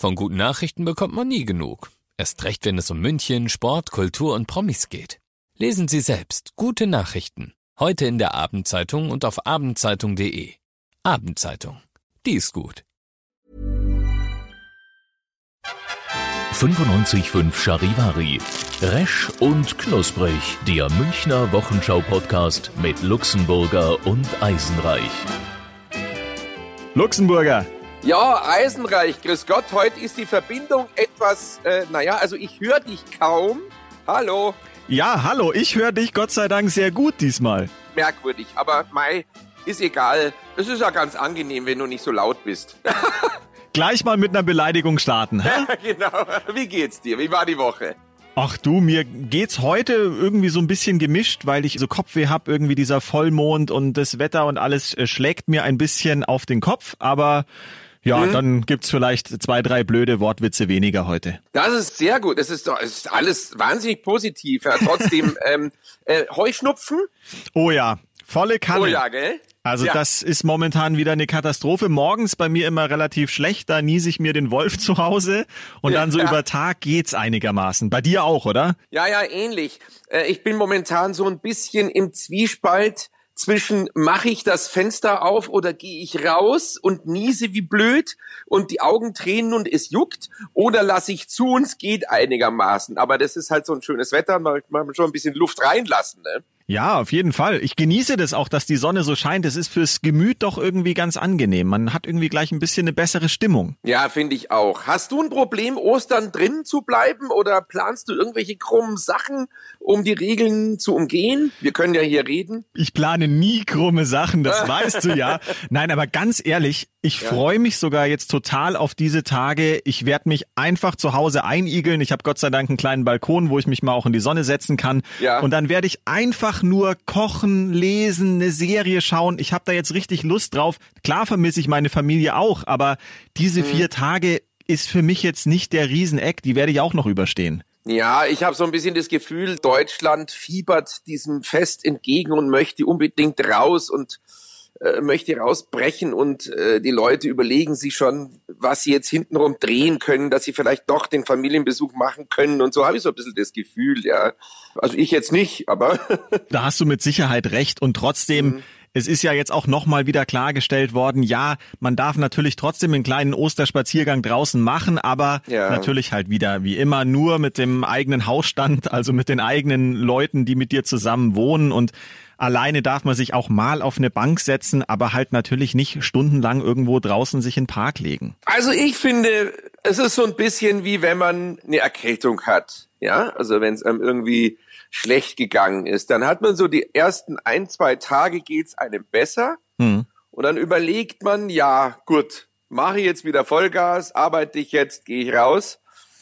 Von guten Nachrichten bekommt man nie genug. Erst recht, wenn es um München, Sport, Kultur und Promis geht. Lesen Sie selbst gute Nachrichten. Heute in der Abendzeitung und auf abendzeitung.de. Abendzeitung. Die ist gut. 95.5 Charivari. Resch und knusprig. Der Münchner Wochenschau-Podcast mit Luxemburger und Eisenreich. Luxemburger. Ja, Eisenreich, grüß Gott, heute ist die Verbindung etwas, also ich höre dich kaum. Hallo. Ja, hallo, ich höre dich Gott sei Dank sehr gut diesmal. Merkwürdig, aber mei, ist egal. Es ist ja ganz angenehm, wenn du nicht so laut bist. Gleich mal mit einer Beleidigung starten, hä? Genau. Wie geht's dir? Wie war die Woche? Ach du, mir geht's heute irgendwie so ein bisschen gemischt, weil ich so Kopfweh hab, irgendwie dieser Vollmond und das Wetter und alles schlägt mir ein bisschen auf den Kopf, aber ja, dann gibt's vielleicht 2, 3 blöde Wortwitze weniger heute. Das ist sehr gut. Es ist alles wahnsinnig positiv. Ja, trotzdem, Heuschnupfen? Oh ja, volle Kanne. Oh ja, gell? Also ja. Das ist momentan wieder eine Katastrophe. Morgens bei mir immer relativ schlecht, da niese ich mir den Wolf zu Hause und dann so über Tag geht's einigermaßen. Bei dir auch, oder? Ja, ähnlich. Ich bin momentan so ein bisschen im Zwiespalt zwischen mache ich das Fenster auf oder gehe ich raus und niese wie blöd und die Augen tränen und es juckt oder lasse ich zu und es geht einigermaßen. Aber das ist halt so ein schönes Wetter, man muss schon ein bisschen Luft reinlassen, ne? Ja, auf jeden Fall. Ich genieße das auch, dass die Sonne so scheint. Es ist fürs Gemüt doch irgendwie ganz angenehm. Man hat irgendwie gleich ein bisschen eine bessere Stimmung. Ja, finde ich auch. Hast du ein Problem, Ostern drinnen zu bleiben oder planst du irgendwelche krummen Sachen, um die Regeln zu umgehen? Wir können ja hier reden. Ich plane nie krumme Sachen, das weißt du ja. Nein, aber ganz ehrlich, ich freue mich sogar jetzt total auf diese Tage. Ich werde mich einfach zu Hause einigeln. Ich habe Gott sei Dank einen kleinen Balkon, wo ich mich mal auch in die Sonne setzen kann. Ja. Und dann werde ich einfach nur kochen, lesen, eine Serie schauen. Ich habe da jetzt richtig Lust drauf. Klar vermisse ich meine Familie auch, aber diese 4 Tage ist für mich jetzt nicht der Rieseneck. Die werde ich auch noch überstehen. Ja, ich habe so ein bisschen das Gefühl, Deutschland fiebert diesem Fest entgegen und möchte unbedingt raus und möchte rausbrechen und die Leute überlegen sich schon, was sie jetzt hintenrum drehen können, dass sie vielleicht doch den Familienbesuch machen können und so habe ich so ein bisschen das Gefühl, ja. Also ich jetzt nicht, aber... Da hast du mit Sicherheit recht und trotzdem... Es ist ja jetzt auch nochmal wieder klargestellt worden, ja, man darf natürlich trotzdem einen kleinen Osterspaziergang draußen machen, aber natürlich halt wieder wie immer nur mit dem eigenen Hausstand, also mit den eigenen Leuten, die mit dir zusammen wohnen und alleine darf man sich auch mal auf eine Bank setzen, aber halt natürlich nicht stundenlang irgendwo draußen sich in den Park legen. Also ich finde, es ist so ein bisschen wie wenn man eine Erkältung hat, ja, also wenn es einem irgendwie schlecht gegangen ist, dann hat man so die ersten 1, 2 Tage geht's einem besser und dann überlegt man, ja gut, mache ich jetzt wieder Vollgas, arbeite ich jetzt, gehe ich raus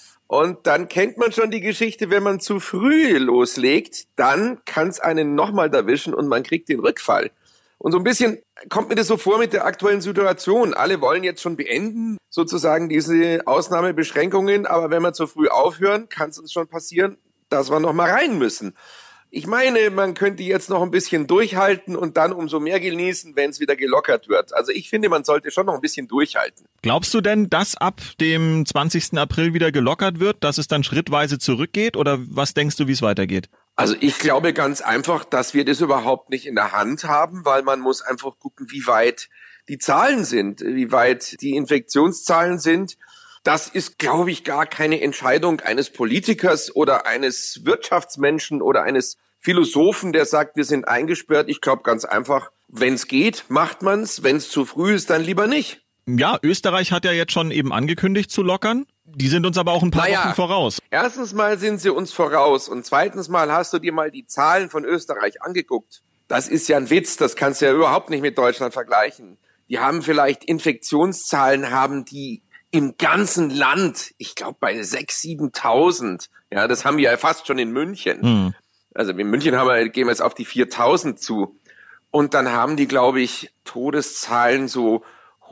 und dann kennt man schon die Geschichte, wenn man zu früh loslegt, dann kann es einen nochmal erwischen und man kriegt den Rückfall. Und so ein bisschen kommt mir das so vor mit der aktuellen Situation. Alle wollen jetzt schon beenden, sozusagen diese Ausnahmebeschränkungen, aber wenn wir zu früh aufhören, kann es uns schon passieren, dass wir noch mal rein müssen. Ich meine, man könnte jetzt noch ein bisschen durchhalten und dann umso mehr genießen, wenn es wieder gelockert wird. Also ich finde, man sollte schon noch ein bisschen durchhalten. Glaubst du denn, dass ab dem 20. April wieder gelockert wird, dass es dann schrittweise zurückgeht? Oder was denkst du, wie es weitergeht? Also ich glaube ganz einfach, dass wir das überhaupt nicht in der Hand haben, weil man muss einfach gucken, wie weit die Zahlen sind, wie weit die Infektionszahlen sind. Das ist, glaube ich, gar keine Entscheidung eines Politikers oder eines Wirtschaftsmenschen oder eines Philosophen, der sagt, wir sind eingesperrt. Ich glaube ganz einfach, wenn es geht, macht man's. Wenn es zu früh ist, dann lieber nicht. Ja, Österreich hat ja jetzt schon eben angekündigt zu lockern. Die sind uns aber auch ein paar Wochen voraus. Erstens mal sind sie uns voraus und zweitens mal hast du dir mal die Zahlen von Österreich angeguckt. Das ist ja ein Witz, das kannst du ja überhaupt nicht mit Deutschland vergleichen. Die haben vielleicht Infektionszahlen, haben die im ganzen Land, ich glaube bei 6.000, 7.000. Ja, das haben wir ja fast schon in München. Also in München gehen wir jetzt auf die 4.000 zu. Und dann haben die, glaube ich, Todeszahlen so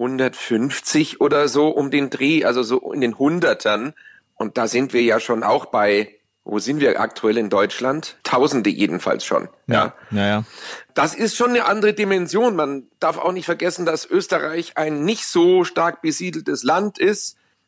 150 oder so um den Dreh, also so in den Hundertern. Und da sind wir ja schon auch bei, wo sind wir aktuell in Deutschland? Tausende jedenfalls schon. Ja. Das ist schon eine andere Dimension. Man darf auch nicht vergessen, dass Österreich ein nicht so stark besiedeltes Land ist.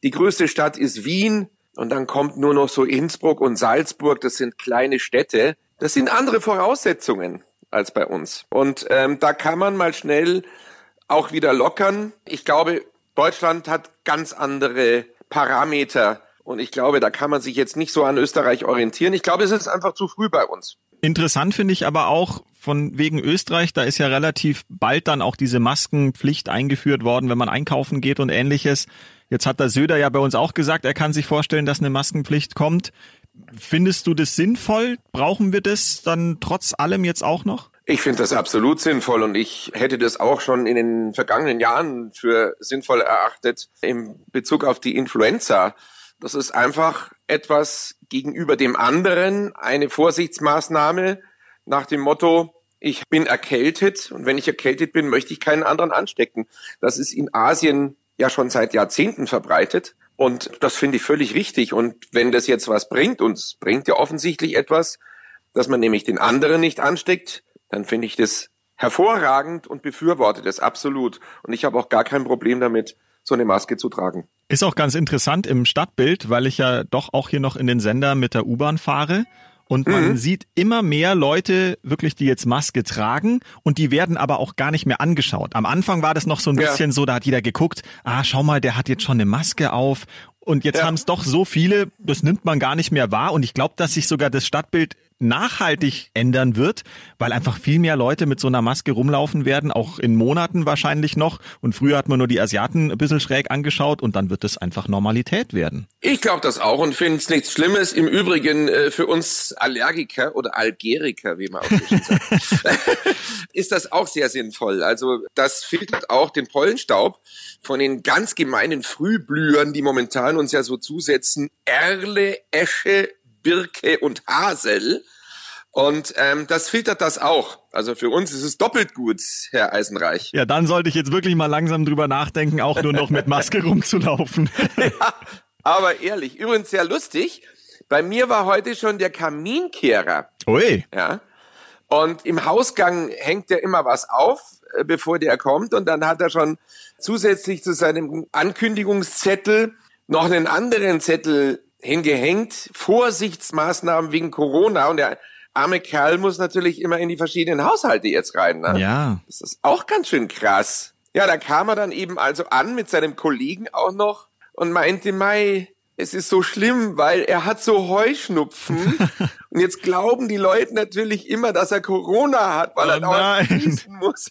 Die größte Stadt ist Wien und dann kommt nur noch so Innsbruck und Salzburg. Das sind kleine Städte. Das sind andere Voraussetzungen als bei uns. Und da kann man mal schnell auch wieder lockern. Ich glaube, Deutschland hat ganz andere Parameter. Und ich glaube, da kann man sich jetzt nicht so an Österreich orientieren. Ich glaube, es ist einfach zu früh bei uns. Interessant finde ich aber auch von wegen Österreich, da ist ja relativ bald dann auch diese Maskenpflicht eingeführt worden, wenn man einkaufen geht und Ähnliches. Jetzt hat der Söder ja bei uns auch gesagt, er kann sich vorstellen, dass eine Maskenpflicht kommt. Findest du das sinnvoll? Brauchen wir das dann trotz allem jetzt auch noch? Ich finde das absolut sinnvoll und ich hätte das auch schon in den vergangenen Jahren für sinnvoll erachtet in Bezug auf die Influenza. Das ist einfach etwas gegenüber dem anderen, eine Vorsichtsmaßnahme nach dem Motto, ich bin erkältet und wenn ich erkältet bin, möchte ich keinen anderen anstecken. Das ist in Asien ja schon seit Jahrzehnten verbreitet und das finde ich völlig richtig. Und wenn das jetzt was bringt, und es bringt ja offensichtlich etwas, dass man nämlich den anderen nicht ansteckt, dann finde ich das hervorragend und befürworte das absolut. Und ich habe auch gar kein Problem damit, so eine Maske zu tragen. Ist auch ganz interessant im Stadtbild, weil ich ja doch auch hier noch in den Sender mit der U-Bahn fahre. Und man sieht immer mehr Leute wirklich, die jetzt Maske tragen und die werden aber auch gar nicht mehr angeschaut. Am Anfang war das noch so ein bisschen so, da hat jeder geguckt, schau mal, der hat jetzt schon eine Maske auf. Und jetzt haben es doch so viele, das nimmt man gar nicht mehr wahr. Und ich glaube, dass sich sogar das Stadtbild nachhaltig ändern wird, weil einfach viel mehr Leute mit so einer Maske rumlaufen werden, auch in Monaten wahrscheinlich noch. Und früher hat man nur die Asiaten ein bisschen schräg angeschaut und dann wird es einfach Normalität werden. Ich glaube das auch und finde es nichts Schlimmes. Im Übrigen für uns Allergiker oder Algeriker, wie man auch so schön sagt, ist das auch sehr sinnvoll. Also das filtert auch den Pollenstaub von den ganz gemeinen Frühblühern, die momentan uns ja so zusetzen, Erle, Esche, Birke und Hasel. Und das filtert das auch. Also für uns ist es doppelt gut, Herr Eisenreich. Ja, dann sollte ich jetzt wirklich mal langsam drüber nachdenken, auch nur noch mit Maske rumzulaufen. Ja, aber ehrlich, übrigens sehr lustig. Bei mir war heute schon der Kaminkehrer. Ui. Ja. Und im Hausgang hängt ja immer was auf, bevor der kommt. Und dann hat er schon zusätzlich zu seinem Ankündigungszettel noch einen anderen Zettel hingehängt. Vorsichtsmaßnahmen wegen Corona. Und der arme Kerl muss natürlich immer in die verschiedenen Haushalte jetzt rein. Ne? Ja. Das ist auch ganz schön krass. Ja, da kam er dann eben also an mit seinem Kollegen auch noch und meinte, Mei, es ist so schlimm, weil er hat so Heuschnupfen. Und jetzt glauben die Leute natürlich immer, dass er Corona hat, weil er dauernd niesen muss.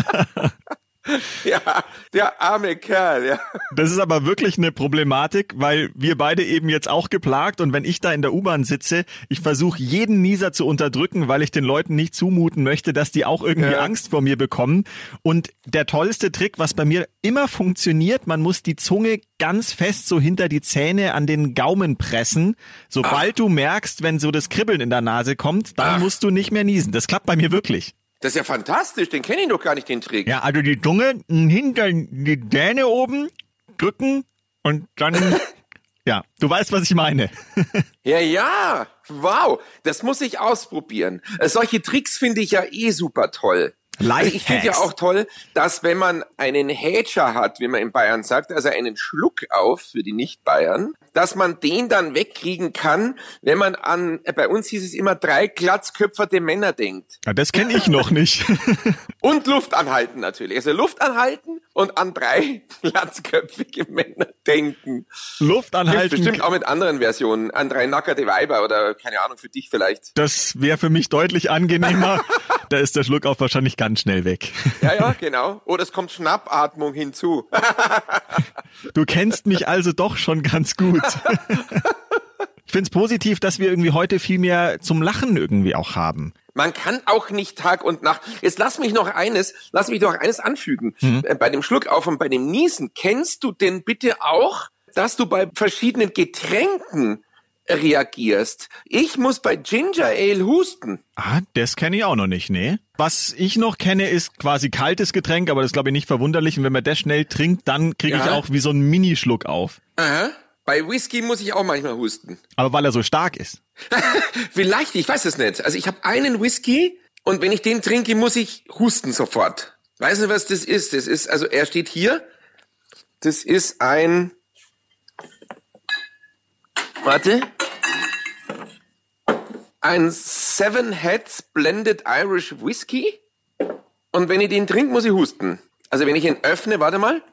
Ja, der arme Kerl, ja. Das ist aber wirklich eine Problematik, weil wir beide eben jetzt auch geplagt und wenn ich da in der U-Bahn sitze, ich versuche jeden Nieser zu unterdrücken, weil ich den Leuten nicht zumuten möchte, dass die auch irgendwie Angst vor mir bekommen. Und der tollste Trick, was bei mir immer funktioniert, man muss die Zunge ganz fest so hinter die Zähne an den Gaumen pressen. Sobald du merkst, wenn so das Kribbeln in der Nase kommt, dann musst du nicht mehr niesen. Das klappt bei mir wirklich. Das ist ja fantastisch, den kenne ich noch gar nicht, den Trick. Ja, also die Zunge hinter die Zähne oben drücken und dann, ja, du weißt, was ich meine. Ja, wow, das muss ich ausprobieren. Solche Tricks finde ich ja super toll. Also ich finde ja auch toll, dass wenn man einen Hätscher hat, wie man in Bayern sagt, also einen Schluck auf für die Nicht-Bayern, dass man den dann wegkriegen kann, wenn man an, bei uns hieß es immer 3 glatzköpferte Männer denkt. Ja, das kenne ich noch nicht. Und Luft anhalten natürlich. Also Luft anhalten und an 3 glatzköpfige Männer denken. Luft anhalten. Bestimmt auch mit anderen Versionen. An 3 nackerte Weiber oder keine Ahnung, für dich vielleicht. Das wäre für mich deutlich angenehmer. Da ist der Schluckauf wahrscheinlich ganz schnell weg. Ja, genau. Oder es kommt Schnappatmung hinzu. Du kennst mich also doch schon ganz gut. Ich finde es positiv, dass wir irgendwie heute viel mehr zum Lachen irgendwie auch haben. Man kann auch nicht Tag und Nacht. Jetzt lass mich noch eines anfügen. Bei dem Schluckauf und bei dem Niesen, kennst du denn bitte auch, dass du bei verschiedenen Getränken reagierst? Ich muss bei Ginger Ale husten. Das kenne ich auch noch nicht, ne? Was ich noch kenne, ist quasi kaltes Getränk, aber das ist, glaube ich, nicht verwunderlich. Und wenn man das schnell trinkt, dann kriege ich auch wie so einen Minischluck auf. Aha. Bei Whisky muss ich auch manchmal husten. Aber weil er so stark ist. Vielleicht, ich weiß es nicht. Also ich habe einen Whisky und wenn ich den trinke, muss ich husten sofort. Weißt du, was das ist? Das ist, also er steht hier. Das ist ein Warte. Ein Seven Heads Blended Irish Whiskey. Und wenn ich den trinke, muss ich husten. Also wenn ich ihn öffne, warte mal.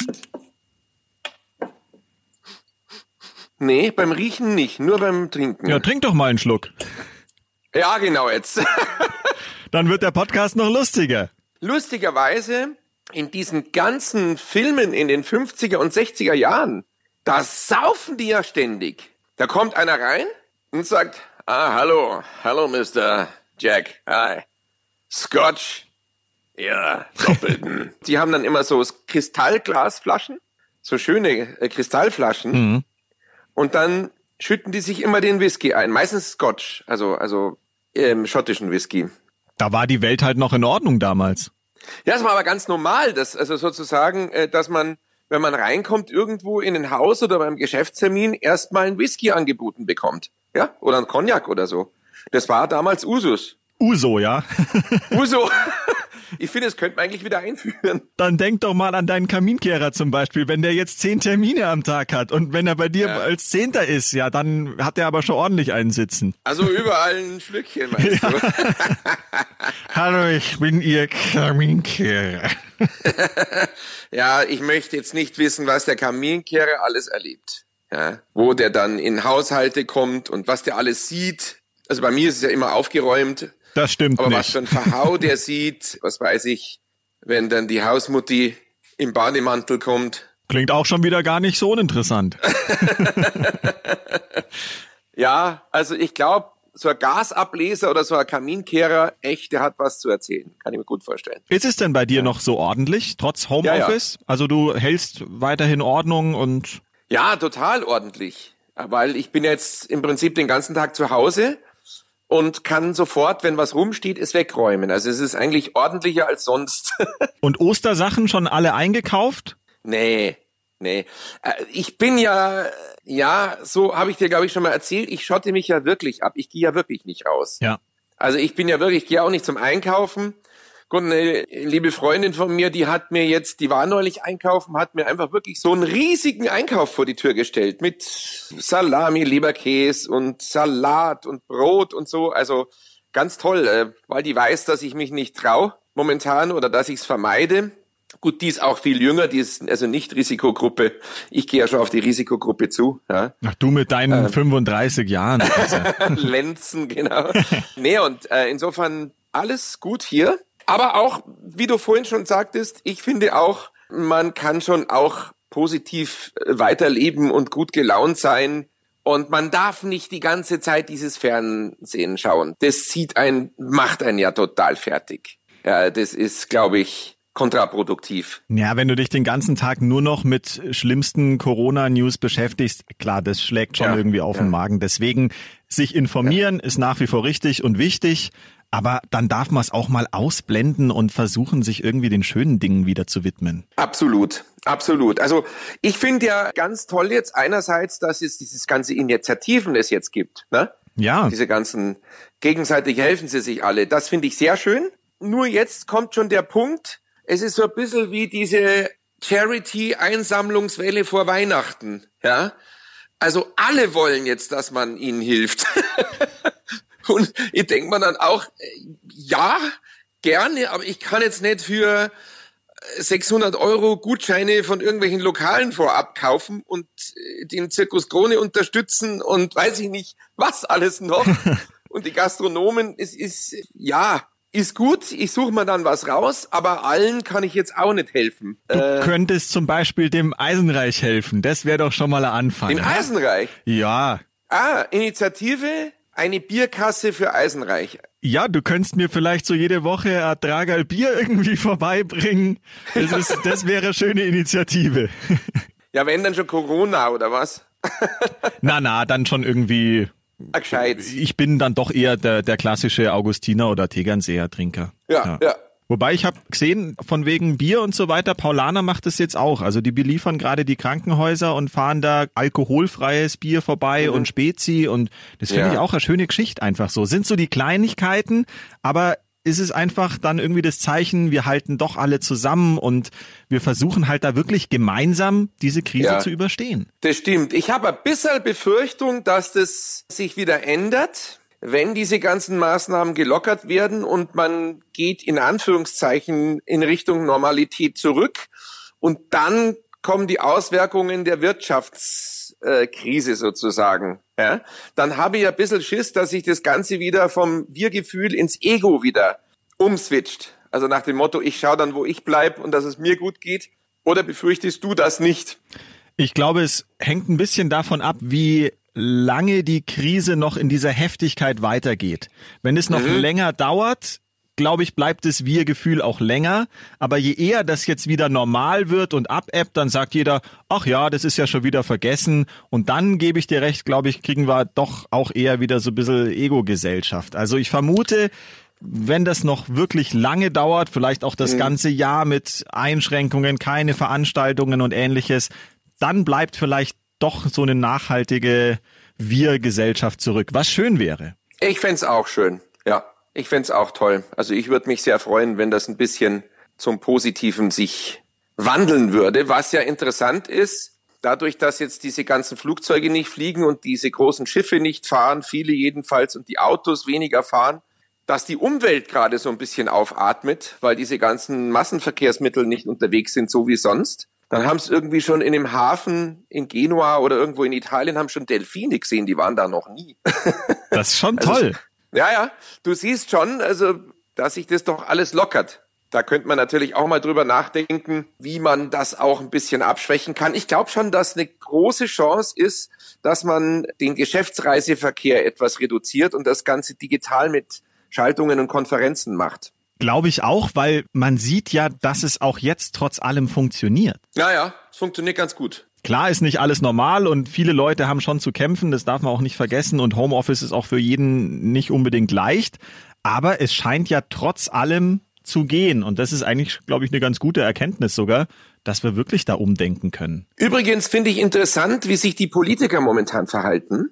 Nee, beim Riechen nicht, nur beim Trinken. Ja, trink doch mal einen Schluck. Ja, genau jetzt. Dann wird der Podcast noch lustiger. Lustigerweise, in diesen ganzen Filmen in den 50er und 60er Jahren, da saufen die ja ständig. Da kommt einer rein und sagt, hallo Mr. Jack, hi, Scotch, ja, doppelten. Die haben dann immer so Kristallglasflaschen, so schöne Kristallflaschen. Mhm. Und dann schütten die sich immer den Whisky ein. Meistens Scotch, also schottischen Whisky. Da war die Welt halt noch in Ordnung damals. Ja, es war aber ganz normal, dass man, wenn man reinkommt irgendwo in ein Haus oder beim Geschäftstermin, erstmal einen Whisky angeboten bekommt. Ja, oder einen Cognac oder so. Das war damals Usus. Uso, ja? Uso. Ich finde, das könnte man eigentlich wieder einführen. Dann denk doch mal an deinen Kaminkehrer zum Beispiel. Wenn der jetzt 10 Termine am Tag hat und wenn er bei dir als 10. ist, ja, dann hat er aber schon ordentlich einen sitzen. Also überall ein Schlückchen, meinst du? Hallo, ich bin Ihr Kaminkehrer. Ja, ich möchte jetzt nicht wissen, was der Kaminkehrer alles erlebt. Ja, wo der dann in Haushalte kommt und was der alles sieht. Also bei mir ist es ja immer aufgeräumt. Das stimmt aber nicht. Aber was für ein Verhau der sieht, was weiß ich, wenn dann die Hausmutti im Bademantel kommt. Klingt auch schon wieder gar nicht so uninteressant. Ja, also ich glaube, so ein Gasableser oder so ein Kaminkehrer, echt, der hat was zu erzählen. Kann ich mir gut vorstellen. Ist es denn bei dir noch so ordentlich, trotz Homeoffice? Ja. Also du hältst weiterhin Ordnung und... Ja, total ordentlich. Weil ich bin jetzt im Prinzip den ganzen Tag zu Hause und kann sofort, wenn was rumsteht, es wegräumen. Also es ist eigentlich ordentlicher als sonst. Und Ostersachen schon alle eingekauft? Nee. Ich bin ja, so habe ich dir, glaube ich, schon mal erzählt, ich schotte mich ja wirklich ab. Ich gehe ja wirklich nicht raus. Ja. Also ich gehe auch nicht zum Einkaufen. Gut, eine liebe Freundin von mir, die war neulich einkaufen, hat mir einfach wirklich so einen riesigen Einkauf vor die Tür gestellt mit Salami, Leberkäse und Salat und Brot und so. Also ganz toll, weil die weiß, dass ich mich nicht traue momentan oder dass ich es vermeide. Gut, die ist auch viel jünger, die ist also nicht Risikogruppe. Ich gehe ja schon auf die Risikogruppe zu. Ja. Ach, du mit deinen 35 Jahren. Lenzen, genau. Nee, und insofern alles gut hier. Aber auch, wie du vorhin schon sagtest, ich finde auch, man kann schon auch positiv weiterleben und gut gelaunt sein. Und man darf nicht die ganze Zeit dieses Fernsehen schauen. Das macht einen ja total fertig. Ja, das ist, glaube ich, kontraproduktiv. Ja, wenn du dich den ganzen Tag nur noch mit schlimmsten Corona-News beschäftigst, klar, das schlägt schon irgendwie auf den Magen. Deswegen sich informieren ist nach wie vor richtig und wichtig. Aber dann darf man es auch mal ausblenden und versuchen, sich irgendwie den schönen Dingen wieder zu widmen. Absolut. Also ich finde ja ganz toll jetzt einerseits, dass es dieses ganze Initiativen es jetzt gibt. Ne? Ja. Diese ganzen, gegenseitig helfen sie sich alle. Das finde ich sehr schön. Nur jetzt kommt schon der Punkt, es ist so ein bisschen wie diese Charity-Einsammlungswelle vor Weihnachten. Ja. Also alle wollen jetzt, dass man ihnen hilft. Und ich denke mir dann auch, ja, gerne, aber ich kann jetzt nicht für 600 € Gutscheine von irgendwelchen Lokalen vorab kaufen und den Zirkus Krone unterstützen und weiß ich nicht, was alles noch. Und die Gastronomen, ist gut, ich suche mir dann was raus, aber allen kann ich jetzt auch nicht helfen. Du könntest zum Beispiel dem Eisenreich helfen, das wäre doch schon mal ein Anfang. Dem Eisenreich? Ja. Initiative... Eine Bierkasse für Eisenreich. Ja, du könntest mir vielleicht so jede Woche ein Tragerl Bier irgendwie vorbeibringen. Das wäre eine schöne Initiative. Ja, wenn dann schon Corona oder was? Na, dann schon irgendwie... Gescheit. Ich bin dann doch eher der klassische Augustiner oder Tegernseer Trinker. Ja. Wobei ich habe gesehen, von wegen Bier und so weiter, Paulaner macht es jetzt auch. Also die beliefern gerade die Krankenhäuser und fahren da alkoholfreies Bier vorbei und Spezi und das finde ich auch eine schöne Geschichte einfach so. Sind so die Kleinigkeiten, aber ist es einfach dann irgendwie das Zeichen, wir halten doch alle zusammen und wir versuchen halt da wirklich gemeinsam diese Krise zu überstehen. Das stimmt. Ich habe ein bisschen Befürchtung, dass das sich wieder ändert, wenn diese ganzen Maßnahmen gelockert werden und man geht in Anführungszeichen in Richtung Normalität zurück und dann kommen die Auswirkungen der Wirtschaftskrise sozusagen. Ja? Dann habe ich ein bisschen Schiss, dass sich das Ganze wieder vom Wir-Gefühl ins Ego wieder umswitcht. Also nach dem Motto, ich schaue dann, wo ich bleibe und dass es mir gut geht. Oder befürchtest du das nicht? Ich glaube, es hängt ein bisschen davon ab, wie lange die Krise noch in dieser Heftigkeit weitergeht. Wenn es noch länger dauert, glaube ich, bleibt das Wir-Gefühl auch länger. Aber je eher das jetzt wieder normal wird und abebbt, dann sagt jeder, ach ja, das ist ja schon wieder vergessen. Und dann, gebe ich dir recht, glaube ich, kriegen wir doch auch eher wieder so ein bisschen Ego-Gesellschaft. Also ich vermute, wenn das noch wirklich lange dauert, vielleicht auch das ganze Jahr mit Einschränkungen, keine Veranstaltungen und Ähnliches, dann bleibt vielleicht doch so eine nachhaltige Wir-Gesellschaft zurück, was schön wäre. Ich fänd's auch schön, ja. Ich fänd's auch toll. Also ich würde mich sehr freuen, wenn das ein bisschen zum Positiven sich wandeln würde. Was ja interessant ist, dadurch, dass jetzt diese ganzen Flugzeuge nicht fliegen und diese großen Schiffe nicht fahren, viele jedenfalls, und die Autos weniger fahren, dass die Umwelt gerade so ein bisschen aufatmet, weil diese ganzen Massenverkehrsmittel nicht unterwegs sind, so wie sonst. Dann haben es irgendwie schon in dem Hafen in Genua oder irgendwo in Italien haben schon Delfine gesehen, die waren da noch nie. Das ist schon toll. Also, ja, du siehst schon, also, dass sich das doch alles lockert. Da könnte man natürlich auch mal drüber nachdenken, wie man das auch ein bisschen abschwächen kann. Ich glaube schon, dass eine große Chance ist, dass man den Geschäftsreiseverkehr etwas reduziert und das Ganze digital mit Schaltungen und Konferenzen macht. Glaube ich auch, weil man sieht ja, dass es auch jetzt trotz allem funktioniert. Ja, es funktioniert ganz gut. Klar ist nicht alles normal und viele Leute haben schon zu kämpfen, das darf man auch nicht vergessen und Homeoffice ist auch für jeden nicht unbedingt leicht, aber es scheint ja trotz allem zu gehen und das ist eigentlich, glaube ich, eine ganz gute Erkenntnis sogar, dass wir wirklich da umdenken können. Übrigens finde ich interessant, wie sich die Politiker momentan verhalten.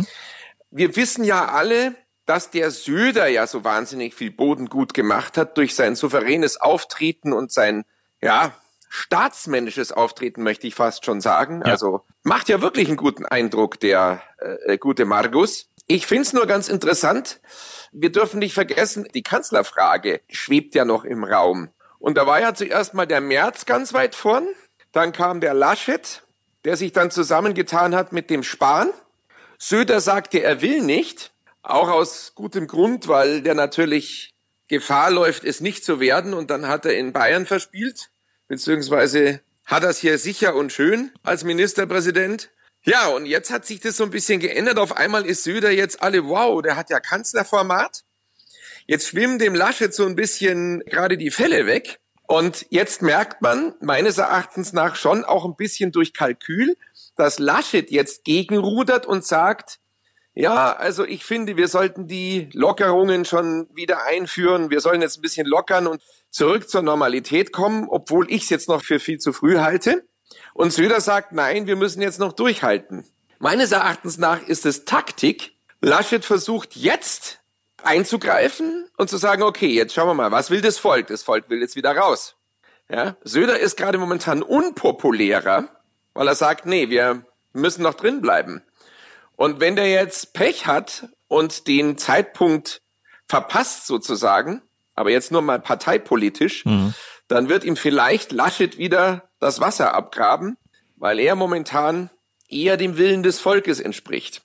Wir wissen ja alle, dass der Söder ja so wahnsinnig viel Boden gut gemacht hat durch sein souveränes Auftreten und sein, staatsmännisches Auftreten, möchte ich fast schon sagen. Ja. Also macht ja wirklich einen guten Eindruck, der gute Margus. Ich find's nur ganz interessant, wir dürfen nicht vergessen, die Kanzlerfrage schwebt ja noch im Raum. Und da war ja zuerst mal der Merz ganz weit vorn, dann kam der Laschet, der sich dann zusammengetan hat mit dem Spahn. Söder sagte, er will nicht. Auch aus gutem Grund, weil der natürlich Gefahr läuft, es nicht zu werden. Und dann hat er in Bayern verspielt, beziehungsweise hat er es hier sicher und schön als Ministerpräsident. Ja, und jetzt hat sich das so ein bisschen geändert. Auf einmal ist Söder jetzt alle, wow, der hat ja Kanzlerformat. Jetzt schwimmen dem Laschet so ein bisschen gerade die Fälle weg. Und jetzt merkt man meines Erachtens nach schon auch ein bisschen durch Kalkül, dass Laschet jetzt gegenrudert und sagt, ja, also ich finde, wir sollten die Lockerungen schon wieder einführen. Wir sollen jetzt ein bisschen lockern und zurück zur Normalität kommen, obwohl ich es jetzt noch für viel zu früh halte. Und Söder sagt, nein, wir müssen jetzt noch durchhalten. Meines Erachtens nach ist es Taktik. Laschet versucht jetzt einzugreifen und zu sagen, okay, jetzt schauen wir mal, was will das Volk? Das Volk will jetzt wieder raus. Ja? Söder ist gerade momentan unpopulärer, weil er sagt, nee, wir müssen noch drin bleiben. Und wenn der jetzt Pech hat und den Zeitpunkt verpasst sozusagen, aber jetzt nur mal parteipolitisch, dann wird ihm vielleicht Laschet wieder das Wasser abgraben, weil er momentan eher dem Willen des Volkes entspricht.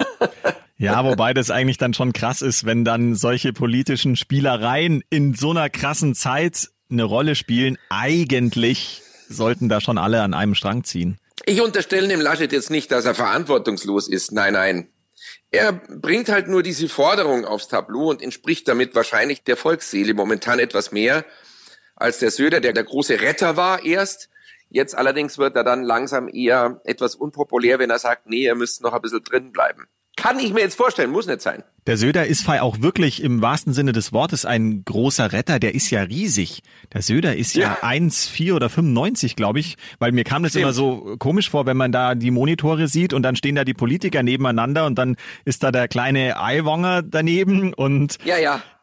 Ja, wobei das eigentlich dann schon krass ist, wenn dann solche politischen Spielereien in so einer krassen Zeit eine Rolle spielen. Eigentlich sollten da schon alle an einem Strang ziehen. Ich unterstelle dem Laschet jetzt nicht, dass er verantwortungslos ist. Nein. Er bringt halt nur diese Forderung aufs Tableau und entspricht damit wahrscheinlich der Volksseele momentan etwas mehr als der Söder, der große Retter war erst. Jetzt allerdings wird er dann langsam eher etwas unpopulär, wenn er sagt, nee, er müsste noch ein bisschen drin bleiben. Kann ich mir jetzt vorstellen, muss nicht sein. Der Söder ist auch wirklich im wahrsten Sinne des Wortes ein großer Retter, der ist ja riesig. Der Söder ist ja 1,4 oder 95, glaube ich, weil mir kam das immer so komisch vor, wenn man da die Monitore sieht und dann stehen da die Politiker nebeneinander und dann ist da der kleine Aiwanger daneben und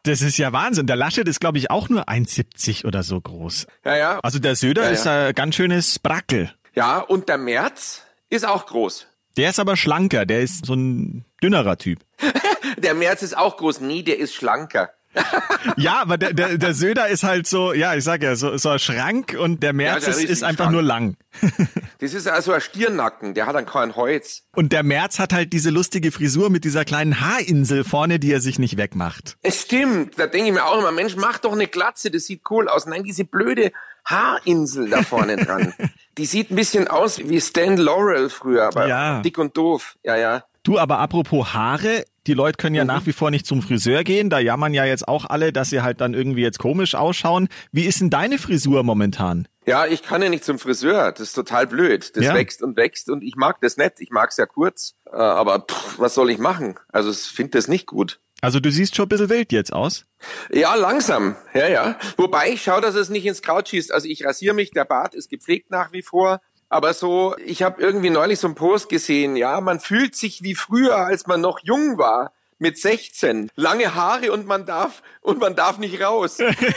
Das ist ja Wahnsinn. Der Laschet ist, glaube ich, auch nur 1,70 oder so groß. Ja. Also der Söder ist ein ganz schönes Brackel. Ja, und der Merz ist auch groß. Der ist aber schlanker, der ist so ein dünnerer Typ. Der Merz ist auch groß. Nee, der ist schlanker. Ja, aber der Söder ist halt so, ja, ich sag ja, so ein Schrank und der Merz ist einfach nur lang. Das ist also ein Stirnnacken, der hat dann kein Holz. Und der Merz hat halt diese lustige Frisur mit dieser kleinen Haarinsel vorne, die er sich nicht wegmacht. Es stimmt, da denke ich mir auch immer, Mensch, mach doch eine Glatze, das sieht cool aus. Nein, diese blöde Haarinsel da vorne dran, die sieht ein bisschen aus wie Stan Laurel früher, aber dick und doof, ja. Du, aber apropos Haare, die Leute können ja nach wie vor nicht zum Friseur gehen. Da jammern ja jetzt auch alle, dass sie halt dann irgendwie jetzt komisch ausschauen. Wie ist denn deine Frisur momentan? Ja, ich kann ja nicht zum Friseur. Das ist total blöd. Das wächst und ich mag das nicht. Ich mag es ja kurz. Aber was soll ich machen? Also ich finde das nicht gut. Also du siehst schon ein bisschen wild jetzt aus. Ja, langsam. Ja. Wobei ich schaue, dass es nicht ins Kraut schießt. Also ich rasiere mich, der Bart ist gepflegt nach wie vor. Aber so, ich habe irgendwie neulich so einen Post gesehen, ja, man fühlt sich wie früher, als man noch jung war, mit 16. Lange Haare und man darf nicht raus.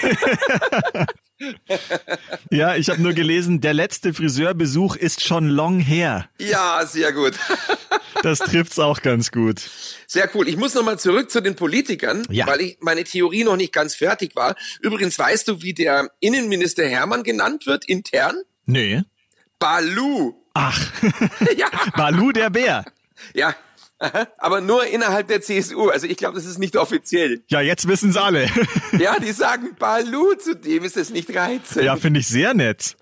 Ja, ich habe nur gelesen, der letzte Friseurbesuch ist schon long her. Ja, sehr gut. Das trifft's auch ganz gut. Sehr cool. Ich muss nochmal zurück zu den Politikern, weil meine Theorie noch nicht ganz fertig war. Übrigens, weißt du, wie der Innenminister Hermann genannt wird, intern? Nee. Balu. Ach, ja. Balu der Bär. Ja, aber nur innerhalb der CSU. Also ich glaube, das ist nicht offiziell. Ja, jetzt wissen's alle. Ja, die sagen Balu zu dem, ist es nicht reizend. Ja, finde ich sehr nett.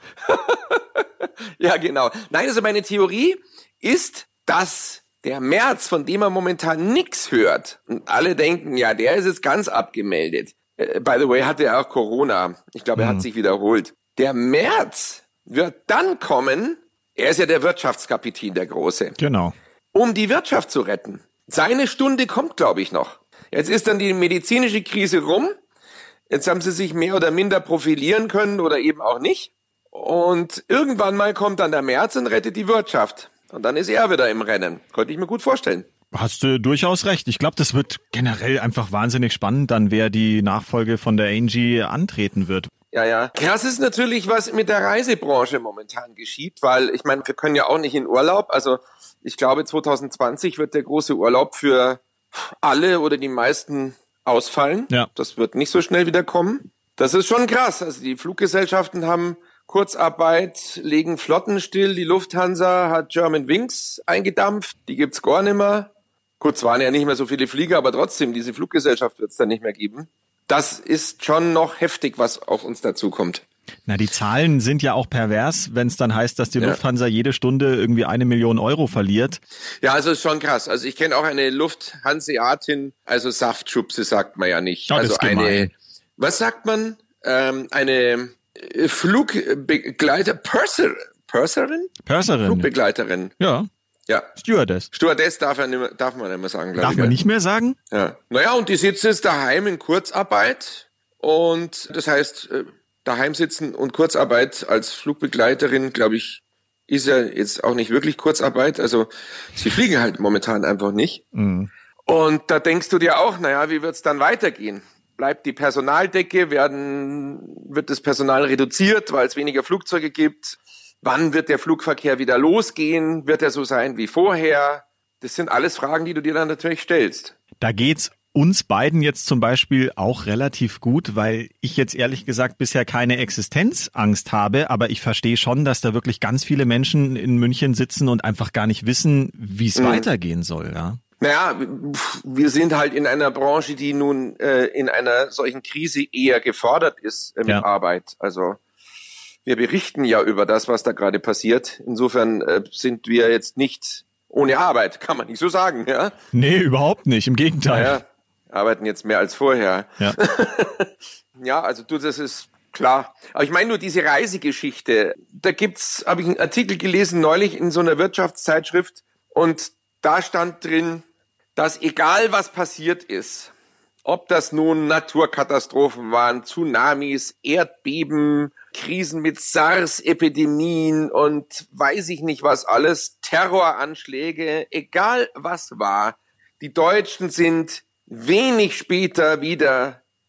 Ja, genau. Nein, also meine Theorie ist, dass der Merz, von dem man momentan nichts hört, und alle denken, ja, der ist jetzt ganz abgemeldet. By the way, hatte er auch Corona. Ich glaube, er hat sich wiederholt. Der Merz wird dann kommen, er ist ja der Wirtschaftskapitän, der Große. Genau. Um die Wirtschaft zu retten. Seine Stunde kommt, glaube ich, noch. Jetzt ist dann die medizinische Krise rum. Jetzt haben sie sich mehr oder minder profilieren können oder eben auch nicht. Und irgendwann mal kommt dann der Merz und rettet die Wirtschaft. Und dann ist er wieder im Rennen. Könnte ich mir gut vorstellen. Hast du durchaus recht. Ich glaube, das wird generell einfach wahnsinnig spannend, dann wer die Nachfolge von der Angie antreten wird. Ja. Krass ist natürlich, was mit der Reisebranche momentan geschieht, weil ich meine, wir können ja auch nicht in Urlaub. Also ich glaube, 2020 wird der große Urlaub für alle oder die meisten ausfallen. Ja. Das wird nicht so schnell wieder kommen. Das ist schon krass. Also die Fluggesellschaften haben Kurzarbeit, legen Flotten still. Die Lufthansa hat Germanwings eingedampft. Die gibt's gar nicht mehr. Gut, es waren ja nicht mehr so viele Flieger, aber trotzdem, diese Fluggesellschaft wird es dann nicht mehr geben. Das ist schon noch heftig, was auf uns dazu kommt. Na, die Zahlen sind ja auch pervers, wenn es dann heißt, dass die Lufthansa jede Stunde irgendwie 1 Million Euro verliert. Ja, also ist schon krass. Also ich kenne auch eine Lufthanseatin, also Saftschubse sagt man ja nicht. Ja, also eine, was sagt man? Eine Flugbegleiter, Purserin? Flugbegleiterin. Ja. Stewardess. Stewardess darf man nicht mehr sagen, glaube ich. Darf man nicht mehr sagen? Ja. Naja, und die sitzt jetzt daheim in Kurzarbeit. Und das heißt, daheim sitzen und Kurzarbeit als Flugbegleiterin, glaube ich, ist ja jetzt auch nicht wirklich Kurzarbeit. Also sie fliegen halt momentan einfach nicht. Mhm. Und da denkst du dir auch, naja, wie wird's dann weitergehen? Bleibt die Personaldecke? Wird das Personal reduziert, weil es weniger Flugzeuge gibt? Wann wird der Flugverkehr wieder losgehen? Wird er so sein wie vorher? Das sind alles Fragen, die du dir dann natürlich stellst. Da geht's uns beiden jetzt zum Beispiel auch relativ gut, weil ich jetzt ehrlich gesagt bisher keine Existenzangst habe, aber ich verstehe schon, dass da wirklich ganz viele Menschen in München sitzen und einfach gar nicht wissen, wie es weitergehen soll, ja. Naja, wir sind halt in einer Branche, die nun in einer solchen Krise eher gefordert ist mit Arbeit. Also wir berichten ja über das, was da gerade passiert. Insofern sind wir jetzt nicht ohne Arbeit, kann man nicht so sagen, ja? Nee, überhaupt nicht, im Gegenteil. Naja, arbeiten jetzt mehr als vorher. Ja, ja, also das ist klar. Aber ich meine nur diese Reisegeschichte. Da habe ich einen Artikel gelesen neulich in so einer Wirtschaftszeitschrift und da stand drin, dass egal was passiert ist, ob das nun Naturkatastrophen waren, Tsunamis, Erdbeben, Krisen mit SARS, Epidemien und weiß ich nicht was alles, Terroranschläge, egal was war, die Deutschen sind wenig später wieder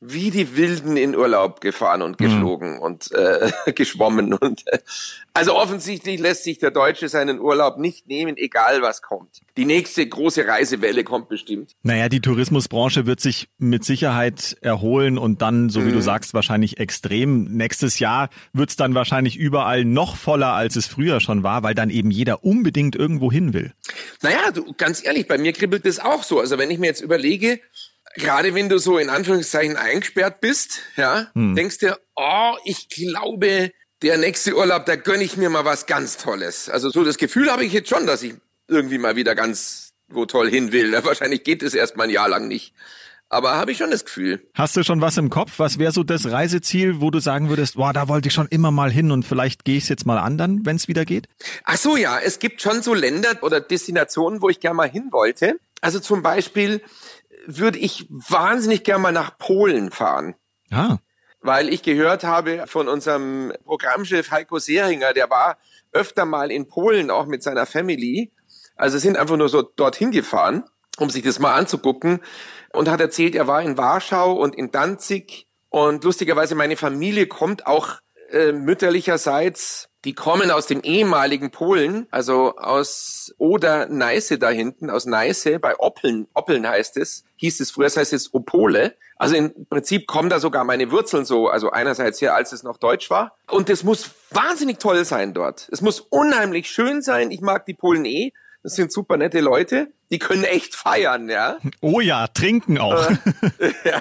wie die Wilden in Urlaub gefahren und geflogen und geschwommen. Und also offensichtlich lässt sich der Deutsche seinen Urlaub nicht nehmen, egal was kommt. Die nächste große Reisewelle kommt bestimmt. Naja, die Tourismusbranche wird sich mit Sicherheit erholen und dann, so wie du sagst, wahrscheinlich extrem. Nächstes Jahr wird's dann wahrscheinlich überall noch voller, als es früher schon war, weil dann eben jeder unbedingt irgendwo hin will. Naja, du, ganz ehrlich, bei mir kribbelt das auch so. Also wenn ich mir jetzt überlege, gerade wenn du so in Anführungszeichen eingesperrt bist, ja, denkst dir, ich glaube, der nächste Urlaub, da gönne ich mir mal was ganz Tolles. Also so das Gefühl habe ich jetzt schon, dass ich irgendwie mal wieder ganz wo toll hin will. Wahrscheinlich geht es erst mal ein Jahr lang nicht. Aber habe ich schon das Gefühl. Hast du schon was im Kopf? Was wäre so das Reiseziel, wo du sagen würdest, da wollte ich schon immer mal hin und vielleicht gehe ich es jetzt mal an dann, wenn es wieder geht? Ach so, ja, es gibt schon so Länder oder Destinationen, wo ich gerne mal hin wollte. Also zum Beispiel würde ich wahnsinnig gerne mal nach Polen fahren. Ah. Weil ich gehört habe von unserem Programmchef Heiko Seringer, der war öfter mal in Polen, auch mit seiner Family. Also sind einfach nur so dorthin gefahren, um sich das mal anzugucken. Und hat erzählt, er war in Warschau und in Danzig. Und lustigerweise, meine Familie kommt auch mütterlicherseits, die kommen aus dem ehemaligen Polen, also aus Oder-Neiße da hinten, aus Neiße, bei Oppeln heißt es, hieß es früher, das heißt jetzt Opole. Also im Prinzip kommen da sogar meine Wurzeln so, also einerseits her, als es noch Deutsch war. Und es muss wahnsinnig toll sein dort. Es muss unheimlich schön sein. Ich mag die Polen Das sind super nette Leute. Die können echt feiern, ja. Oh ja, trinken auch. Ja.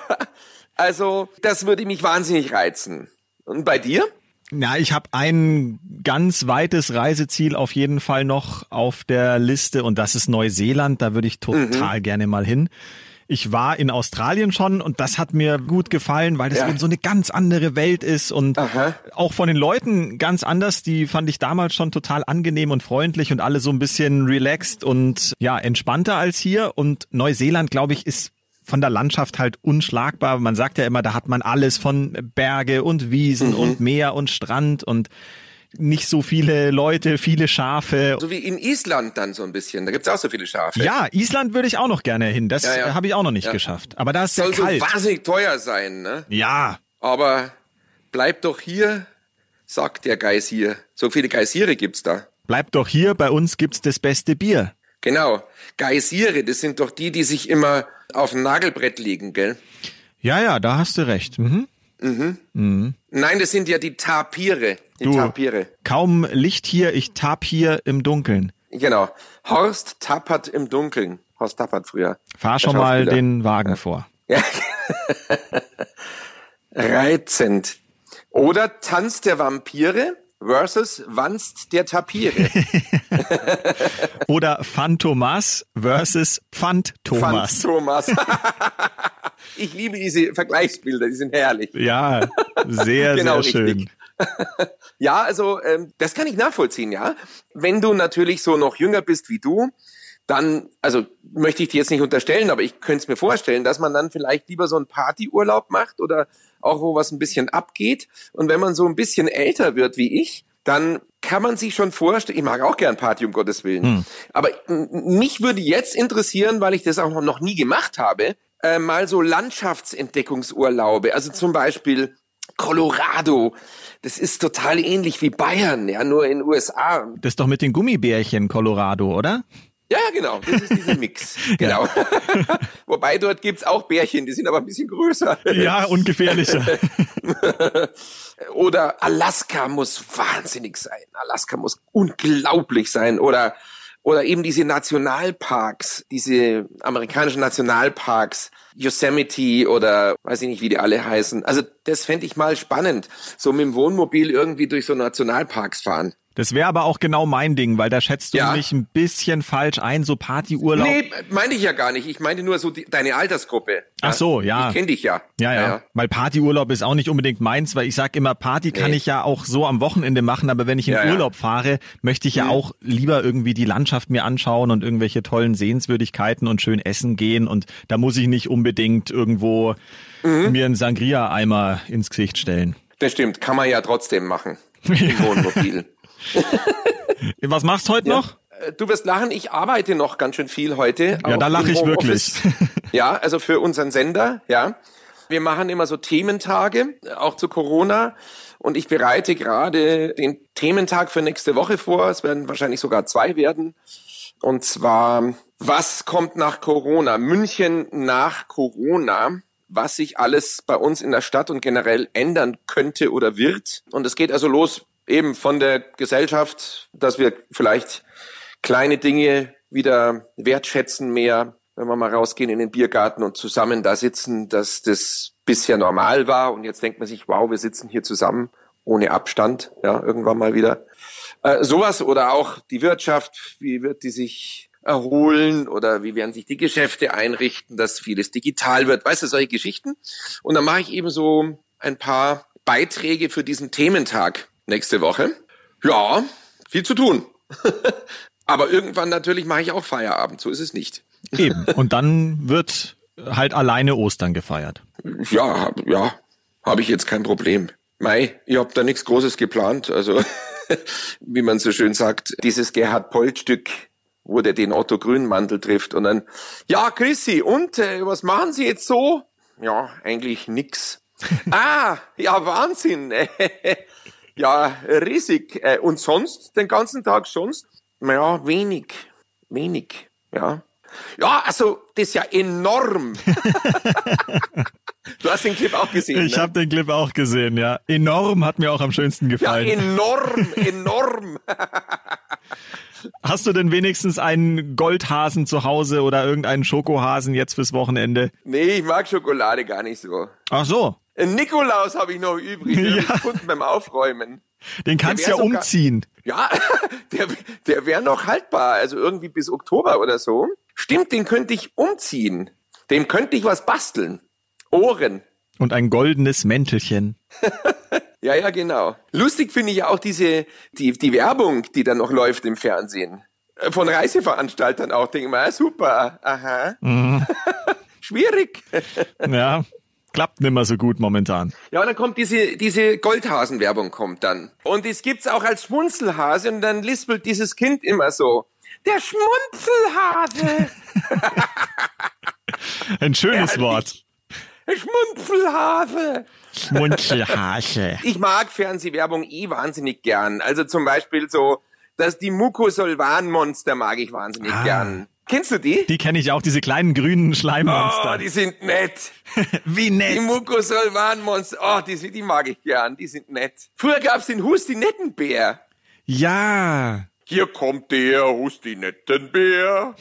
Also das würde mich wahnsinnig reizen. Und bei dir? Ja, ich habe ein ganz weites Reiseziel auf jeden Fall noch auf der Liste und das ist Neuseeland. Da würde ich total gerne mal hin. Ich war in Australien schon und das hat mir gut gefallen, weil das eben so eine ganz andere Welt ist und auch von den Leuten ganz anders. Die fand ich damals schon total angenehm und freundlich und alle so ein bisschen relaxed und ja, entspannter als hier. Und Neuseeland, glaube ich, ist von der Landschaft halt unschlagbar. Man sagt ja immer, da hat man alles von Berge und Wiesen und Meer und Strand und nicht so viele Leute, viele Schafe. So wie in Island dann so ein bisschen. Da gibt's auch so viele Schafe. Ja, Island würde ich auch noch gerne hin. Das habe ich auch noch nicht geschafft. Aber da ist sehr kalt. Soll so wahnsinnig teuer sein, ne? Ja. Aber bleib doch hier, sagt der Geysir. So viele Geysire gibt's da. Bleib doch hier, bei uns gibt's das beste Bier. Genau. Geysire, das sind doch die sich immer auf ein Nagelbrett legen, gell? Ja, da hast du recht. Nein, das sind ja die Tapire. Tapire. Kaum Licht hier, ich tap hier im Dunkeln. Genau. Horst tappert im Dunkeln. Horst tappert früher. Fahr schon mal den Wagen vor. Ja. Reizend. Oder Tanz der Vampire versus Wanst der Tapire. Oder Phantomas versus Pfand-Thomas. Pfand-Thomas. Ich liebe diese Vergleichsbilder, die sind herrlich. Ja, sehr, genau, sehr schön. Richtig. Ja, also das kann ich nachvollziehen, ja. Wenn du natürlich so noch jünger bist wie du, dann, also möchte ich dir jetzt nicht unterstellen, aber ich könnte es mir vorstellen, dass man dann vielleicht lieber so einen Partyurlaub macht oder auch wo was ein bisschen abgeht. Und wenn man so ein bisschen älter wird wie ich, dann kann man sich schon vorstellen, ich mag auch gern Party, um Gottes Willen. Aber mich würde jetzt interessieren, weil ich das auch noch nie gemacht habe, mal so Landschaftsentdeckungsurlaube. Also zum Beispiel Colorado. Das ist total ähnlich wie Bayern, ja, nur in den USA. Das ist doch mit den Gummibärchen Colorado, oder? Ja, genau. Das ist dieser Mix. Genau. Wobei dort gibt's auch Bärchen, die sind aber ein bisschen größer. Ja, und gefährlicher. Oder Alaska muss wahnsinnig sein. Alaska muss unglaublich sein. Oder eben diese Nationalparks, diese amerikanischen Nationalparks, Yosemite oder weiß ich nicht, wie die alle heißen. Also das fände ich mal spannend, so mit dem Wohnmobil irgendwie durch so Nationalparks fahren. Das wäre aber auch genau mein Ding, weil da schätzt du mich ein bisschen falsch ein, so Partyurlaub. Nee, meinte ich ja gar nicht. Ich meinte nur so deine Altersgruppe. Ach so, ja. Ich kenne dich ja. Ja. Weil Partyurlaub ist auch nicht unbedingt meins, weil ich sag immer, Party kann ich ja auch so am Wochenende machen, aber wenn ich in Urlaub fahre, möchte ich ja auch lieber irgendwie die Landschaft mir anschauen und irgendwelche tollen Sehenswürdigkeiten und schön essen gehen und da muss ich nicht unbedingt irgendwo mir einen Sangria-Eimer ins Gesicht stellen. Das stimmt, kann man ja trotzdem machen. Im Wohnmobil. Was machst du heute noch? Du wirst lachen, ich arbeite noch ganz schön viel heute. Ja, da lache ich wirklich. Ja, also für unseren Sender, ja. Wir machen immer so Thementage, auch zu Corona. Und ich bereite gerade den Thementag für nächste Woche vor. Es werden wahrscheinlich sogar 2 werden. Und zwar, was kommt nach Corona? München nach Corona. Was sich alles bei uns in der Stadt und generell ändern könnte oder wird. Und es geht also los eben von der Gesellschaft, dass wir vielleicht kleine Dinge wieder wertschätzen mehr, wenn wir mal rausgehen in den Biergarten und zusammen da sitzen, dass das bisher normal war. Und jetzt denkt man sich, wow, wir sitzen hier zusammen ohne Abstand, ja, irgendwann mal wieder. Sowas oder auch die Wirtschaft, wie wird die sich erholen oder wie werden sich die Geschäfte einrichten, dass vieles digital wird, weißt du, solche Geschichten. Und dann mache ich eben so ein paar Beiträge für diesen Thementag nächste Woche. Ja, viel zu tun. Aber irgendwann natürlich mache ich auch Feierabend, so ist es nicht. Eben, und dann wird halt alleine Ostern gefeiert. Ja, habe ich jetzt kein Problem. Mei, ich habe da nichts Großes geplant, also wie man so schön sagt, dieses Gerhard-Polt-Stück, wo der den Otto Grünmantel trifft und dann, ja, Chrissy, und was machen Sie jetzt so? Ja, eigentlich nix. Ja, Wahnsinn. Ja, riesig. Und sonst, den ganzen Tag sonst? Ja, wenig, ja. Ja, also, das ist ja enorm. Du hast den Clip auch gesehen, Ich habe den Clip auch gesehen, ja. Enorm hat mir auch am schönsten gefallen. Ja, enorm. Hast du denn wenigstens einen Goldhasen zu Hause oder irgendeinen Schokohasen jetzt fürs Wochenende? Nee, ich mag Schokolade gar nicht so. Ach so. Einen Nikolaus habe ich noch übrig, den habe ich gefunden beim Aufräumen. Den kannst du ja umziehen. Ja, der wäre noch haltbar, also irgendwie bis Oktober oder so. Stimmt, den könnte ich umziehen. Dem könnte ich was basteln. Ohren. Und ein goldenes Mäntelchen. Ja, genau. Lustig finde ich ja auch die Werbung, die dann noch läuft im Fernsehen. Von Reiseveranstaltern auch. Denke ich mal, super, aha. Mhm. Schwierig. Ja, klappt nicht mehr so gut momentan. Ja, und dann kommt diese Goldhasen-Werbung kommt dann. Und es gibt's auch als Schmunzelhase und dann lispelt dieses Kind immer so. Der Schmunzelhase. Ein schönes Wort. Schmunzelhase. Schmunzelhase. Ich mag Fernsehwerbung wahnsinnig gern. Also zum Beispiel so, dass die Mucosolvan-Monster mag ich wahnsinnig gern. Kennst du die? Die kenne ich auch, diese kleinen grünen Schleimmonster. Oh, die sind nett. Wie nett. Die Mucosolvan-Monster, die mag ich gern, die sind nett. Früher gab's den Hustinettenbär. Ja. Hier kommt der Hustinettenbär.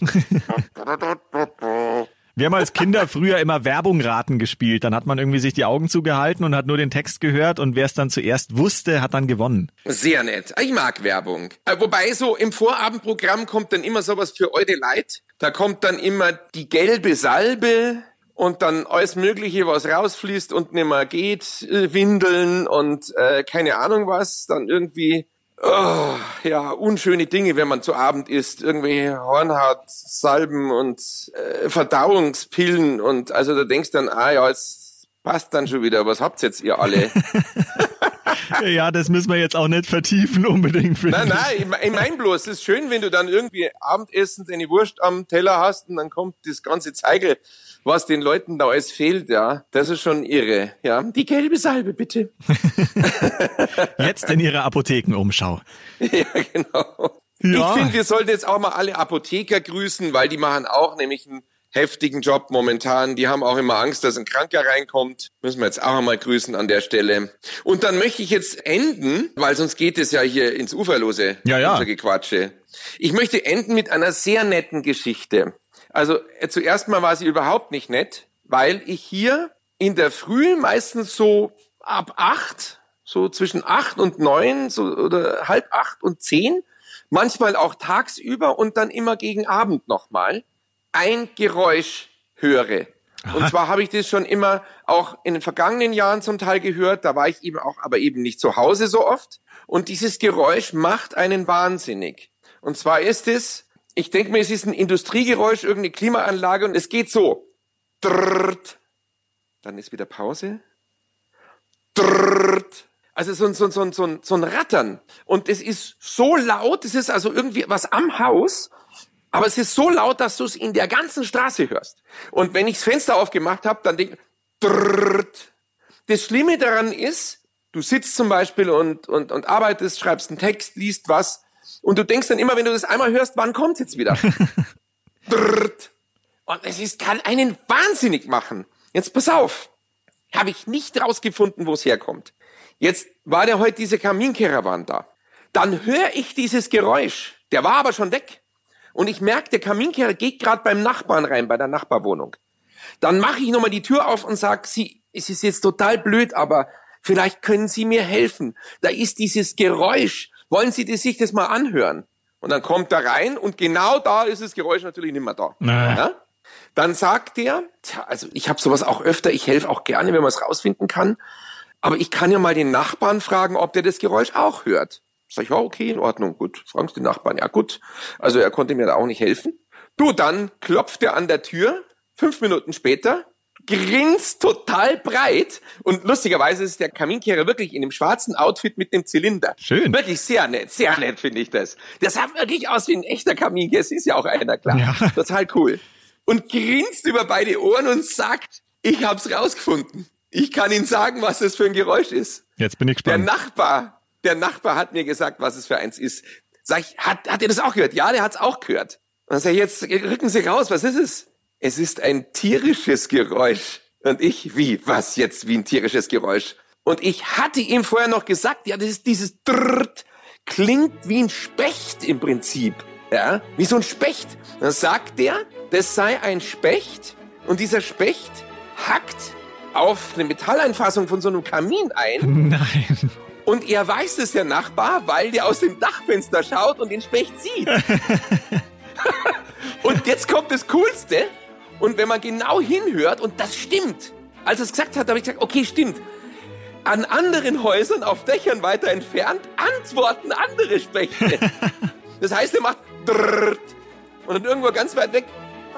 Wir haben als Kinder früher immer Werbungraten gespielt. Dann hat man irgendwie sich die Augen zugehalten und hat nur den Text gehört und wer es dann zuerst wusste, hat dann gewonnen. Sehr nett. Ich mag Werbung. Wobei so im Vorabendprogramm kommt dann immer sowas für eure Leid. Da kommt dann immer die gelbe Salbe und dann alles Mögliche, was rausfließt und nimmer geht. Windeln und keine Ahnung was. Dann irgendwie... Oh, ja, unschöne Dinge, wenn man zu Abend isst. Irgendwelche Hornhautsalben und Verdauungspillen und also da denkst dann, ja, es passt dann schon wieder. Was habt's jetzt ihr alle? Ja, das müssen wir jetzt auch nicht vertiefen unbedingt. Nein, ich mein bloß, es ist schön, wenn du dann irgendwie Abendessen deine Wurst am Teller hast und dann kommt das ganze Zeigel, was den Leuten da alles fehlt, ja. Das ist schon irre, ja. Die gelbe Salbe, bitte. Jetzt in ihrer Apothekenumschau. Ja, genau. Ja. Ich finde, wir sollten jetzt auch mal alle Apotheker grüßen, weil die machen auch nämlich einen heftigen Job momentan. Die haben auch immer Angst, dass ein Kranker reinkommt. Müssen wir jetzt auch einmal grüßen an der Stelle. Und dann möchte ich jetzt enden, weil sonst geht es ja hier ins Uferlose, unser Gequatsche. Ich möchte enden mit einer sehr netten Geschichte. Also zuerst mal war sie überhaupt nicht nett, weil ich hier in der Früh meistens so ab 8, so zwischen 8 und 9, so oder halb 8 und 10, manchmal auch tagsüber und dann immer gegen Abend nochmal, ein Geräusch höre. Aha. Und zwar habe ich das schon immer auch in den vergangenen Jahren zum Teil gehört, da war ich eben auch, aber eben nicht zu Hause so oft. Und dieses Geräusch macht einen wahnsinnig. Und zwar ist es, ich denke mir, es ist ein Industriegeräusch, irgendeine Klimaanlage und es geht so. Drrrt. Dann ist wieder Pause. Drrrt. Also so ein Rattern. Und es ist so laut, es ist also irgendwie was am Haus, aber es ist so laut, dass du es in der ganzen Straße hörst. Und wenn ich das Fenster aufgemacht habe, dann denke ich, Drrrt. Das Schlimme daran ist, du sitzt zum Beispiel und arbeitest, schreibst einen Text, liest was und du denkst dann immer, wenn du das einmal hörst, wann kommt's jetzt wieder? Drrrt. Und kann einen wahnsinnig machen. Jetzt pass auf, habe ich nicht rausgefunden, wo es herkommt. Jetzt war heute diese Kaminkehrer da. Dann höre ich dieses Geräusch, der war aber schon weg. Und ich merke, der Kaminkehrer geht gerade beim Nachbarn rein, bei der Nachbarwohnung. Dann mache ich nochmal die Tür auf und sage, es ist jetzt total blöd, aber vielleicht können Sie mir helfen. Da ist dieses Geräusch. Wollen Sie sich das mal anhören? Und dann kommt er rein und genau da ist das Geräusch natürlich nicht mehr da. Ja? Dann sagt er, also ich habe sowas auch öfter, ich helfe auch gerne, wenn man es rausfinden kann, aber ich kann ja mal den Nachbarn fragen, ob der das Geräusch auch hört. Sag ich, ja, okay, in Ordnung, gut, fragen Sie den Nachbarn. Ja gut, also er konnte mir da auch nicht helfen. Du, dann klopft er an der Tür, 5 Minuten später, grinst total breit und lustigerweise ist der Kaminkehrer wirklich in dem schwarzen Outfit mit dem Zylinder. Schön. Wirklich sehr nett finde ich das. Das sah wirklich aus wie ein echter Kaminkehrer, es ist ja auch einer, klar. Ja. Total cool. Und grinst über beide Ohren und sagt, ich hab's rausgefunden. Ich kann Ihnen sagen, was das für ein Geräusch ist. Jetzt bin ich gespannt. Der Nachbar hat mir gesagt, was es für eins ist. Sag ich, hat er das auch gehört? Ja, der hat's auch gehört. Und dann sag ich, jetzt rücken Sie raus, was ist es? Es ist ein tierisches Geräusch. Und ich, was jetzt wie ein tierisches Geräusch? Und ich hatte ihm vorher noch gesagt, ja, das ist dieses Drrrt, klingt wie ein Specht im Prinzip. Ja, wie so ein Specht. Dann sagt er, das sei ein Specht und dieser Specht hackt auf eine Metalleinfassung von so einem Kamin ein. Nein. Und er weiß es, der Nachbar, weil der aus dem Dachfenster schaut und den Specht sieht. Und jetzt kommt das Coolste. Und wenn man genau hinhört, und das stimmt. Als er es gesagt hat, habe ich gesagt, okay, stimmt. An anderen Häusern auf Dächern weiter entfernt antworten andere Spechte. Das heißt, er macht drrrt. Und dann irgendwo ganz weit weg.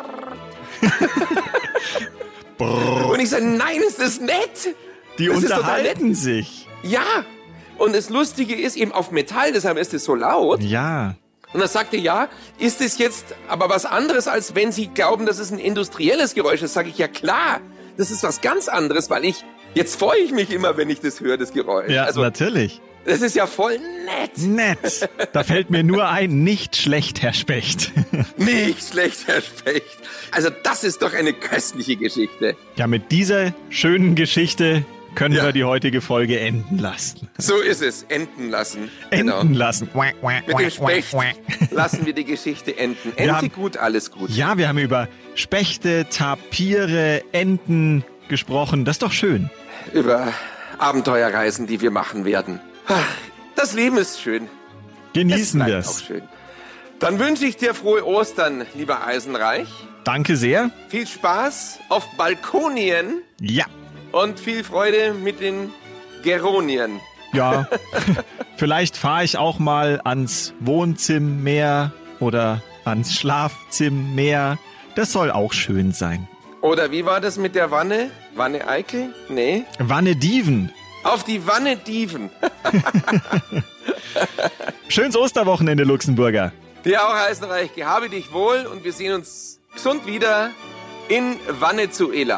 Und ich sage, nein, ist das nett? Die das unterhalten sich. Ja. Und das Lustige ist eben auf Metall, deshalb ist es so laut. Ja. Und dann sagte er, ja, ist es jetzt aber was anderes, als wenn Sie glauben, dass es ein industrielles Geräusch ist? Sage ich, ja klar, das ist was ganz anderes, weil jetzt freue ich mich immer, wenn ich das höre, das Geräusch. Ja, also, natürlich. Das ist ja voll nett. Nett. Da fällt mir nur ein, nicht schlecht, Herr Specht. Nicht schlecht, Herr Specht. Also das ist doch eine köstliche Geschichte. Ja, mit dieser schönen Geschichte können wir die heutige Folge enden lassen. So ist es, enden lassen. Enden lassen. Mit dem Specht lassen wir die Geschichte enden. Ente gut, alles gut. Ja, wir haben über Spechte, Tapire, Enten gesprochen. Das ist doch schön. Über Abenteuerreisen, die wir machen werden. Das Leben ist schön. Genießen wir es. Dann wünsche ich dir frohe Ostern, lieber Eisenreich. Danke sehr. Viel Spaß auf Balkonien. Ja. Und viel Freude mit den Geronien. Ja, vielleicht fahre ich auch mal ans Wohnzimmer oder ans Schlafzimmer. Das soll auch schön sein. Oder wie war das mit der Wanne? Wanne Eickel? Nee. Wanne Dieven. Auf die Wanne Dieven. Schönes Osterwochenende, Luxemburger. Dir auch, Eisenreich. Gehabe dich wohl und wir sehen uns gesund wieder in Venezuela.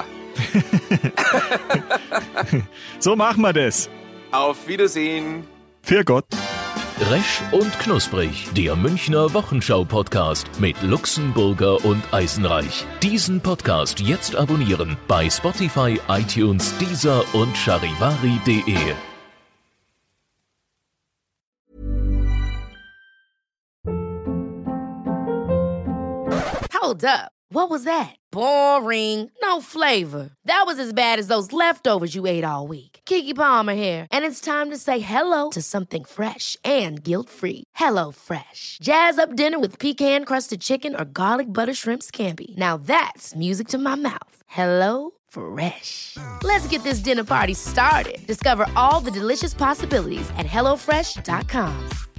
So machen wir das. Auf Wiedersehen. Für Gott. Resch und Knusprig, der Münchner Wochenschau-Podcast mit Luxemburger und Eisenreich. Diesen Podcast jetzt abonnieren bei Spotify, iTunes, Deezer und charivari.de. Hold up. What was that? Boring. No flavor. That was as bad as those leftovers you ate all week. Keke Palmer here. And it's time to say hello to something fresh and guilt-free. Hello Fresh. Jazz up dinner with pecan-crusted chicken or garlic butter shrimp scampi. Now that's music to my mouth. Hello Fresh. Let's get this dinner party started. Discover all the delicious possibilities at HelloFresh.com.